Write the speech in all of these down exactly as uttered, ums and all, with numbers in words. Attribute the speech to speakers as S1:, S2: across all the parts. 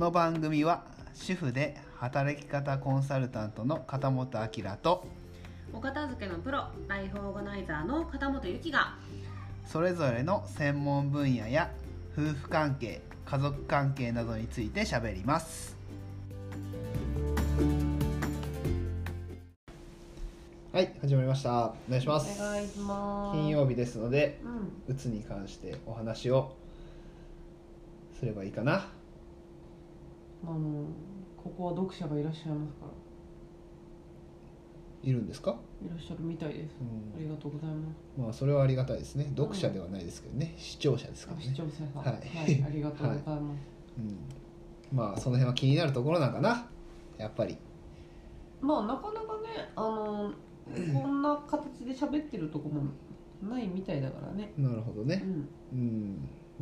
S1: の番組は主婦で働き方コンサルタントの片本明と
S2: お片付けのプロライフオーガナイザーの片本由紀が
S1: それぞれの専門分野や夫婦関係、家族関係などについてしゃべります。はい、始まりました。お願いします。
S2: お願いします。
S1: 金曜日ですので、
S2: うん、
S1: うつに関してお話をすればいいかな。
S2: あのここは読者がいらっしゃいますから。
S1: いるんですか？
S2: いらっしゃるみたいです、うん、ありがとうございます。
S1: まあそれはありがたいですね。読者ではないですけどね、うん、視聴者ですからね。
S2: 視聴者さん、
S1: はい、
S2: はい、ありがとうございます、はい、うん、
S1: まあその辺は気になるところなんかな、やっぱり。
S2: まあなかなかね、あのこんな形で喋ってるとこもないみたいだからね。
S1: なるほどね、うん、うん、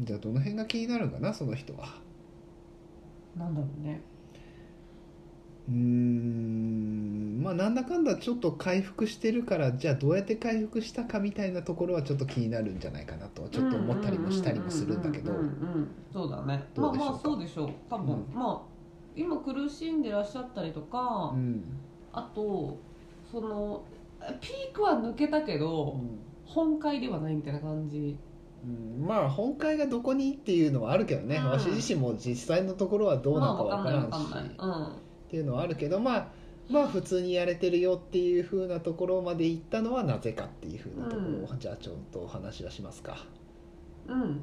S1: じゃあどの辺が気になるんかな、その人は。
S2: なんだろうね。
S1: うーん、まあなんだかんだちょっと回復してるから、じゃあどうやって回復したかみたいなところはちょっと気になるんじゃないかなとちょっと思ったりもしたりもするんだけど。
S2: そうだね。まあまあそうでしょう多分、うん、まあ今苦しんでらっしゃったりとか、うん、あとそのピークは抜けたけど、うん、本会ではないみたいな感じ。
S1: うん、まあ本会がどこにっていうのはあるけどね、うん、私自身も実際のところはどうなのかわからんし、まあ、わかんないわかんない、うん、っていうのはあるけど、まあまあ普通にやれてるよっていう風なところまで行ったのはなぜかっていう風なところを、うん、じゃあちょっとお話はしますか。
S2: うん、うん、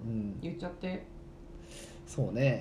S2: 言っちゃって。
S1: そうね、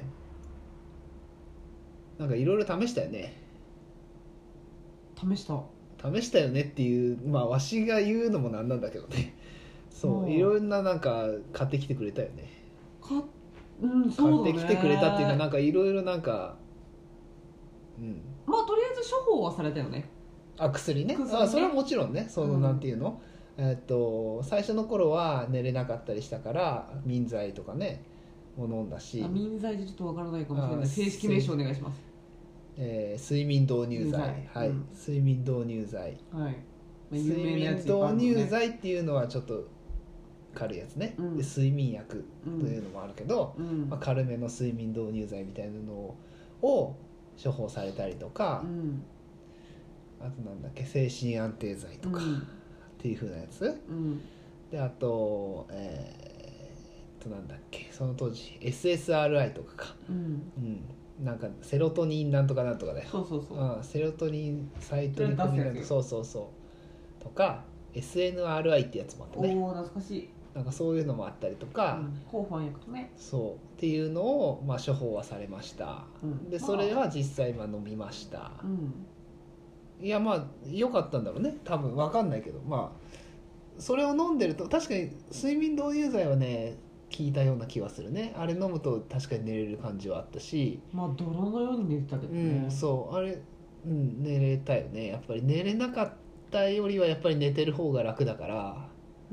S1: なんかいろいろ試したよね。
S2: 試した
S1: 試したよねっていう、まあわしが言うのもなんなんだけどね。そう、いろんななんか買ってきてくれたよね。
S2: か、うん、そうだね。
S1: 買ってきてくれたっていうか、なんかいろいろなんか、うん、
S2: まあとりあえず処方はされたよね。
S1: あ、薬ね。薬ね。あ、それはもちろんね、その、うん、なんていうの、えー、っと最初の頃は寝れなかったりしたから眠剤とかねも飲んだし。
S2: あ、眠剤でちょっとわからないかもしれない。正式名称お願いします。
S1: えー、睡眠導入剤、はい、うん、睡眠導入剤、はい、睡眠導入剤っていうのはちょっと軽いやつね、うん、で睡眠薬というのもあるけど、うん、まあ、軽めの睡眠導入剤みたいなのを処方されたりとか、うん、あとなんだっけ、精神安定剤とか、うん、っていう風なやつ、うん、であとえー、っとなんだっけ、その当時 エスエスアールアイ とかか、うんうん、なんかセロトニンなんとかなんとかだよ。
S2: そうそうそう、
S1: うん、セロトニンサイトリコミナント、そうそうそうとか エスエヌアールアイ ってやつもあったね。
S2: おー、懐かしい。
S1: なんかそういうのもあったりとか、
S2: うん、抗不安薬とね、
S1: そうっていうのを、まあ、処方はされました、うん、でそれは実際まあ飲みました、うん、いやまあ良かったんだろうね多分、分かんないけど、まあそれを飲んでると確かに睡眠導入剤はね効いたような気はするね。あれ飲むと確かに寝れる感じはあったし、
S2: まあ泥のように寝てたけどね、
S1: うん、そうあれ、うん、寝れたよね。やっぱり寝れなかったよりはやっぱり寝てる方が楽だから、うん、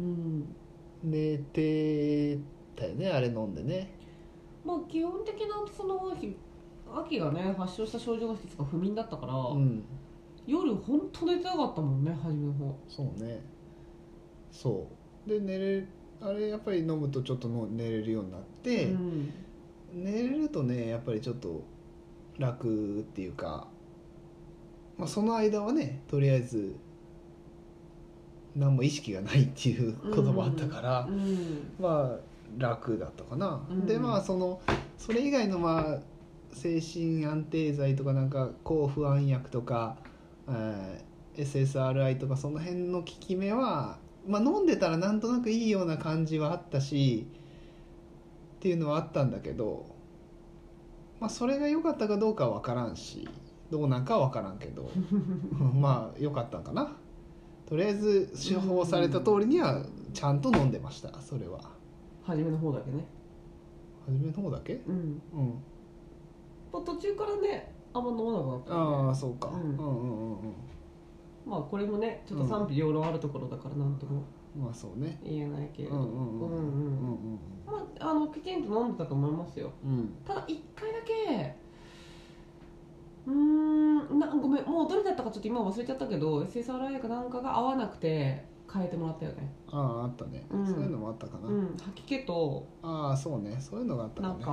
S1: 寝てたよね、あれ飲んでね。
S2: まあ基本的なその秋がね発症した症状の一つが不眠だったから、うん、夜ほんと寝てなかったもんね、初めの方。
S1: そうね、そうで寝れあれやっぱり飲むとちょっとの寝れるようになって、うん、寝れるとねやっぱりちょっと楽っていうか、まあ、その間はねとりあえず何も意識がないっていうこともあったから、うんうん、まあ楽だったかな、うん、でまあそのそれ以外のまあ精神安定剤とかなんか抗不安薬とか、えー、エスエスアールアイ とかその辺の効き目は、まあ、飲んでたらなんとなくいいような感じはあったしっていうのはあったんだけど、まあ、それが良かったかどうかは分からんしどうなんかは分からんけどまあ良かったんかな。とりあえず処方された通りにはちゃんと飲んでました。それは
S2: 初めの方だけね。
S1: 初めの方だけ、うん、うん、
S2: 途中からねあんま飲まなくなった、ね、
S1: ああそうか、うん、うんうんうん
S2: まあこれもねちょっと賛否両論あるところだからなんとも
S1: まあそうね
S2: 言えないけれど、まああのきちんと飲んでたと思いますよ、うん、ただ一回だけうーんなごめんもうどれだったかちょっと今忘れちゃったけど エスエスアールアイ かなんかが合わなくて変えてもらったよね。
S1: あああったね、うん、そういうのもあったかな、
S2: うん、吐き気と
S1: ああそうねそういうのがあったかね。
S2: なんか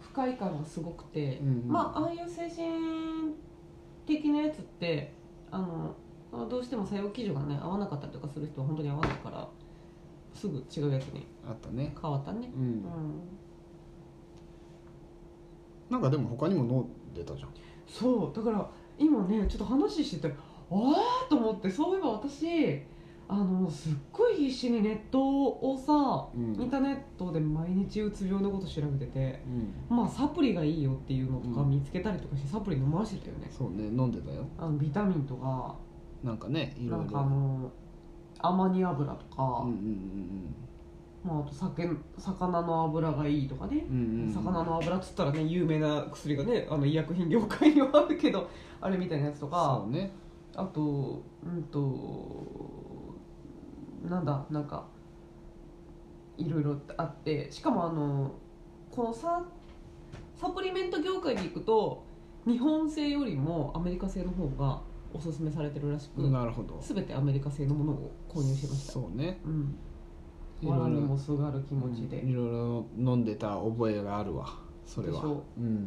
S2: 不快感がすごくて、
S1: うんうん、
S2: まあああいう精神的なやつってあのどうしても作用基準がね合わなかったりとかする人は本当に合わないからすぐ違うやつに
S1: あったね
S2: 変わったね、
S1: うん
S2: うん、
S1: なんかでも他にも飲んでたじゃん。
S2: そうだから今ねちょっと話しててああと思って、そういえば私あのすっごい必死にネットをさ、うん、インターネットで毎日うつ病のこと調べてて、うん、まあサプリがいいよっていうのとか見つけたりとかしてサプリ飲ましてたよね。
S1: そうね、飲んでたよ。
S2: あのビタミンとか
S1: なんかね、いろいろ
S2: なんかあのアマニ油とか、
S1: うんうんうんうん
S2: まあ、あと酒魚の油がいいとかね、うんうんうん、魚の油っつったらね有名な薬がねあの医薬品業界にはあるけどあれみたいなやつとか、
S1: そうね、
S2: あとうんとなんだなんかいろいろあって、しかもあのこのササプリメント業界でいくと日本製よりもアメリカ製の方がおすすめされてるらしく、
S1: なるほど、
S2: 全てアメリカ製のものを購入しました。
S1: そうね、うん、
S2: わらにもすがる気持ちで、
S1: うん、いろいろ飲んでた覚えがあるわそれは。う、うん
S2: うん、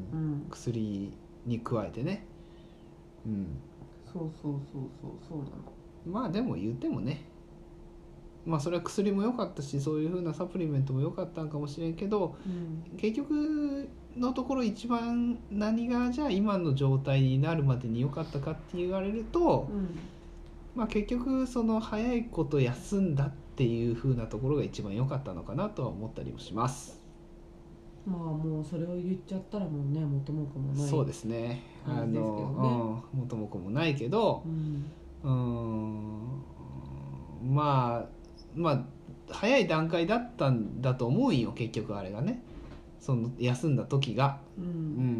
S1: 薬に加えてね、うん、
S2: そうそうそうそうそうなの。
S1: まあでも言ってもね、まあそれは薬も良かったしそういう風なサプリメントも良かったんかもしれんけど、うん、結局のところ一番何がじゃあ今の状態になるまでに良かったかって言われると、うん、まあ結局その早いこと休んだっていう風なところが一番良かったのかなとは思ったりもします。
S2: まあもうそれを言っちゃったらもうね元も子もない。
S1: そうですね。あの、うん、元も子もないけど、うん、うーんまあまあ早い段階だったんだと思うんよ結局あれがね、その休んだ時が、うんうん、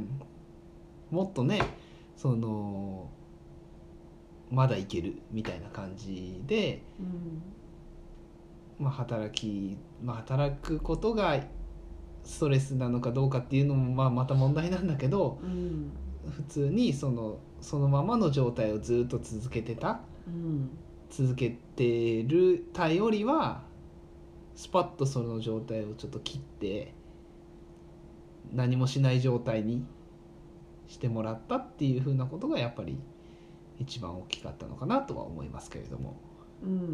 S1: もっとねそのまだいけるみたいな感じで、うんまあ、働き、まあ、働くことがストレスなのかどうかっていうのもまあまた問題なんだけど、うん、普通にその、そのままの状態をずっと続けてた、うん、続けてるたよりはスパッとその状態をちょっと切って何もしない状態にしてもらったっていう風なことがやっぱり一番大きかったのかなとは思いますけれども、
S2: うんうん、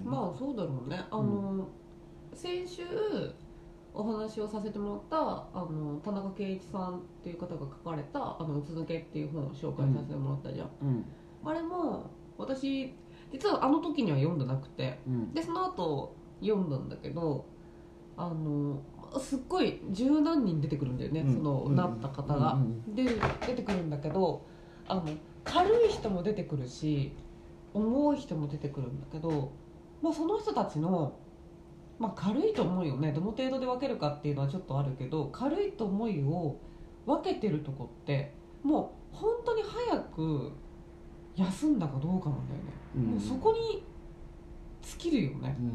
S2: まあそうだろうね。あの、うん、先週お話をさせてもらったあの田中圭一さんっていう方が書かれた「あのうつ抜け」っていう本を紹介させてもらったじゃん、うん、あれも私実はあの時には読んでなくて、うん、でその後読んだんだけどあのすっごい十何人出てくるんだよね、うん、その、うん、なった方が、うん、で出てくるんだけどあの軽い人も出てくるし重い人も出てくるんだけど、まあ、その人たちの、まあ、軽いと思うよねどの程度で分けるかっていうのはちょっとあるけど軽いと思いを分けてるとこってもう本当に早く休んだかどうかなんだよね、うん、もうそこに尽きるよね、うん、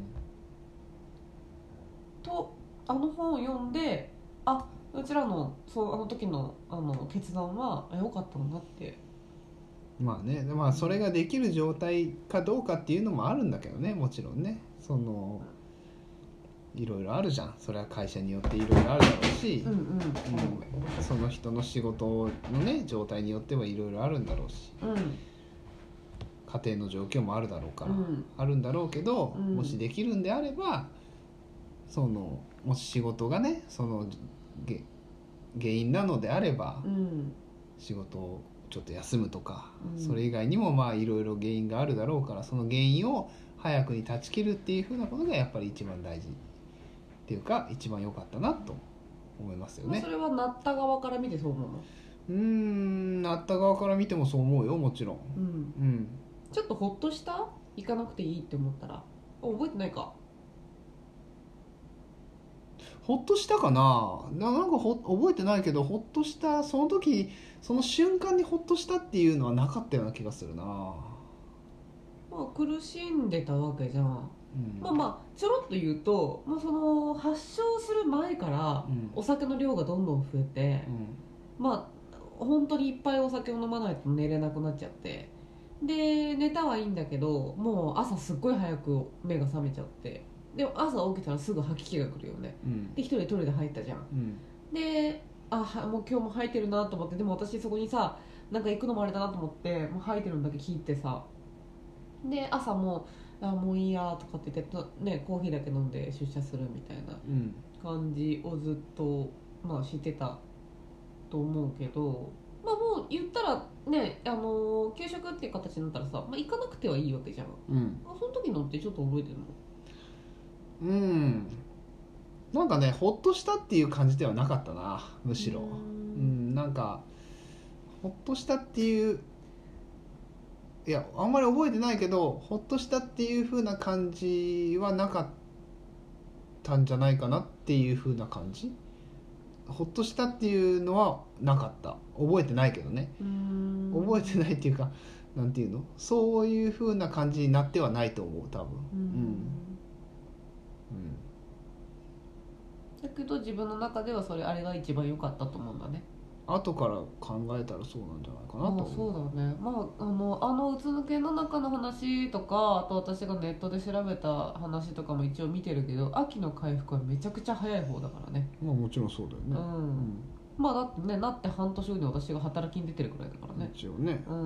S2: とあの本を読んであうちらのそうあの時のあの決断は良かったんだって。
S1: まあね、まあそれができる状態かどうかっていうのもあるんだけどね、もちろんねそのいろいろあるじゃん、それは会社によっていろいろあるだろうし、うんうんうん、その人の仕事のね状態によってはいろいろあるんだろうし、うん、家庭の状況もあるだろうから、うん、あるんだろうけど、うん、もしできるんであればそのもし仕事がねその原因なのであれば、うん、仕事をちょっと休むとか、うん、それ以外にもまあいろいろ原因があるだろうからその原因を早くに断ち切るっていうふうなことがやっぱり一番大事っていうか一番良かったなと思いますよね。
S2: それはなった側から見てそう思うの？
S1: うーんなった側から見てもそう思うよもちろん、うんうん、
S2: ちょっとホッとした？行かなくていいって思ったら覚えてないか？
S1: ほっとしたかな、なんかほ覚えてないけどほっとしたその時その瞬間にほっとしたっていうのはなかったような気がするな。ま
S2: あ苦しんでたわけじゃん、うん、まあまあちょろっと言うと、まあ、その発症する前からお酒の量がどんどん増えて、うん、まあ本当にいっぱいお酒を飲まないと寝れなくなっちゃってで寝たはいいんだけどもう朝すっごい早く目が覚めちゃってでも朝起きたらすぐ吐き気が来るよね、うん、で一人でトイレで入ったじゃん、うん、であもう今日も吐いてるなと思って、でも私そこにさなんか行くのもあれだなと思ってもう吐いてるんだけ聞いてさ、で朝もあもういいやとかって言って、ね、コーヒーだけ飲んで出社するみたいな感じをずっと、まあ、してたと思うけど、まあもう言ったらね、あのー、給食っていう形になったらさ、まあ、行かなくてはいいわけじゃん、うん、その時のってちょっと覚えてる
S1: の？うんなんかねほっとしたっていう感じではなかったな、むしろ。うん、なんかほっとしたっていう、いやあんまり覚えてないけどほっとしたっていう風な感じはなかったんじゃないかなっていう風な感じ。ほっとしたっていうのはなかった、覚えてないけどね。うーん覚えてないっていうかなんていうの、そういう風な感じになってはないと思う多分。うん、うん
S2: だけど自分の中ではそれあれが一番良かったと思うんだね。
S1: 後から考えたらそうなんじゃないかなと思う。
S2: あそうだね、まあ、あのあのうつ抜けの中の話とか、あと私がネットで調べた話とかも一応見てるけど、秋の回復はめちゃくちゃ早い方だからね。
S1: まあもちろんそうだよね。うん、うん、
S2: まあだってね、なって半年後に私が働きに出てるくらいだからね
S1: 一応ね。うん、うん、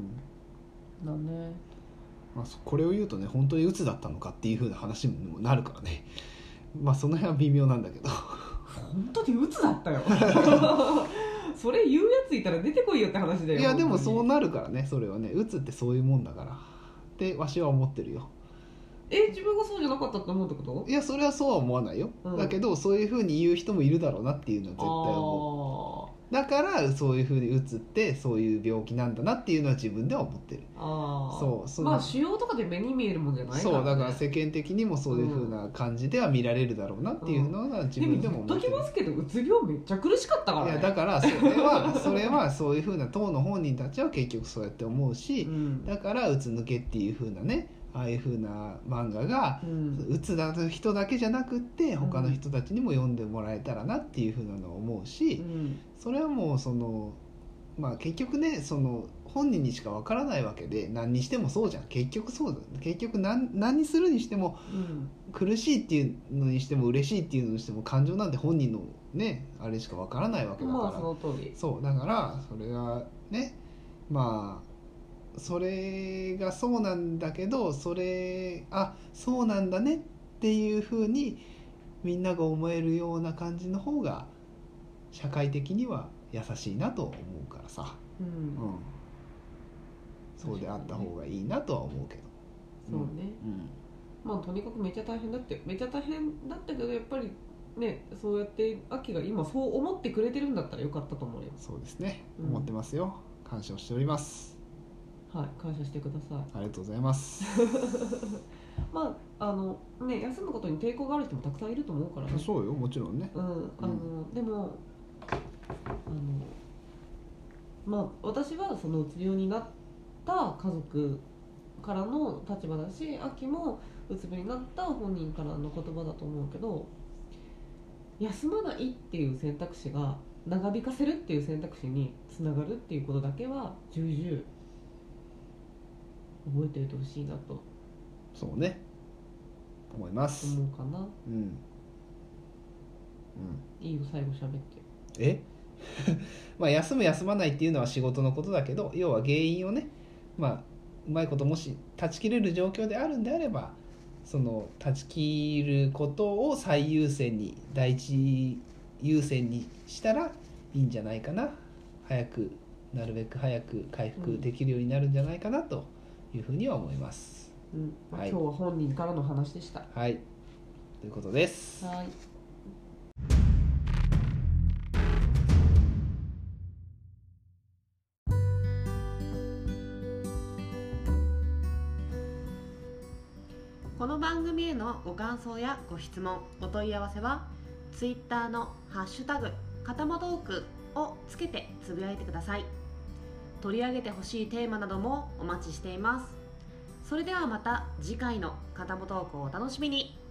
S2: だね。
S1: まあ、これを言うとね本当にうつだったのかっていう風な話にもなるからね。まあその辺は微妙なんだけど
S2: 本当にうつだったよそれ言うやついたら出てこいよって話だよ。
S1: いやでもそうなるからね、それはね、うつってそういうもんだからってわしは思ってるよ。
S2: え自分がそうじゃなかったって思うってこと？
S1: いやそれはそうは思わないよ、うん、だけどそういう風に言う人もいるだろうなっていうのは絶対思う。だからそういう風にうつってそういう病気なんだなっていうのは自分では思ってる。
S2: あそうそう、まあ腫瘍とかで目に見えるもんじゃないから、ね、
S1: そうだから世間的にもそういう風な感じでは見られるだろうなっていうのは自分でも思ってる。
S2: でも言っときますけどうつ病めっちゃ苦しかったからね。
S1: いやだからそれはそれはそういう風な当の本人たちは結局そうやって思うし、うん、だからうつ抜けっていう風なね、ああいう風な漫画が、うん、うつな人だけじゃなくって他の人たちにも読んでもらえたらなっていう風なのを思うし、うん、それはもうそのまあ結局ねその本人にしかわからないわけで、何にしてもそうじゃん結局そうだ結局 何, 何にするにしても、うん、苦しいっていうのにしても嬉しいっていうのにしても感情なんて本人のねあれしかわからないわけだから、まあ、その通りそうだからそれはねまあそれがそうなんだけど、それあそうなんだねっていう風にみんなが思えるような感じの方が社会的には優しいなと思うからさ、うん、うん、そうであった方がいいなとは思うけど。
S2: そうね、うん、まあとにかくめっちゃ大変だってめっちゃ大変だったけどやっぱりねそうやって秋が今そう思ってくれてるんだったらよかったと思うよ。
S1: そうですね、うん、思ってますよ。感謝をしております。
S2: はい、感謝してください。
S1: ありがとうございます
S2: まああのね休むことに抵抗がある人もたくさんいると思うからね。
S1: そうよもちろんね、
S2: うん、あの、うん、でもあのまあ私はそのうつ病になった家族からの立場だし、秋もうつ病になった本人からの言葉だと思うけど、休まないっていう選択肢が長引かせるっていう選択肢につながるっていうことだけは重々覚えておいてほしいなと。
S1: そうね思います
S2: 思うかな。うん、うん、いいよ最後喋って。
S1: えまあ休む休まないっていうのは仕事のことだけど、要は原因をねまあうまいこともし断ち切れる状況であるんであればその断ち切ることを最優先に第一優先にしたらいいんじゃないかな。早くなるべく早く回復できるようになるんじゃないかなというふうには思います、
S2: うんはい、今日は本人からの話でした。
S1: はいということです。
S2: はいこの番組へのご感想やご質問、お問い合わせはツイッターのハッシュタグかたまトークをつけてつぶやいてください。取り上げてほしいテーマなどもお待ちしています。それではまた次回のかたまトークをお楽しみに。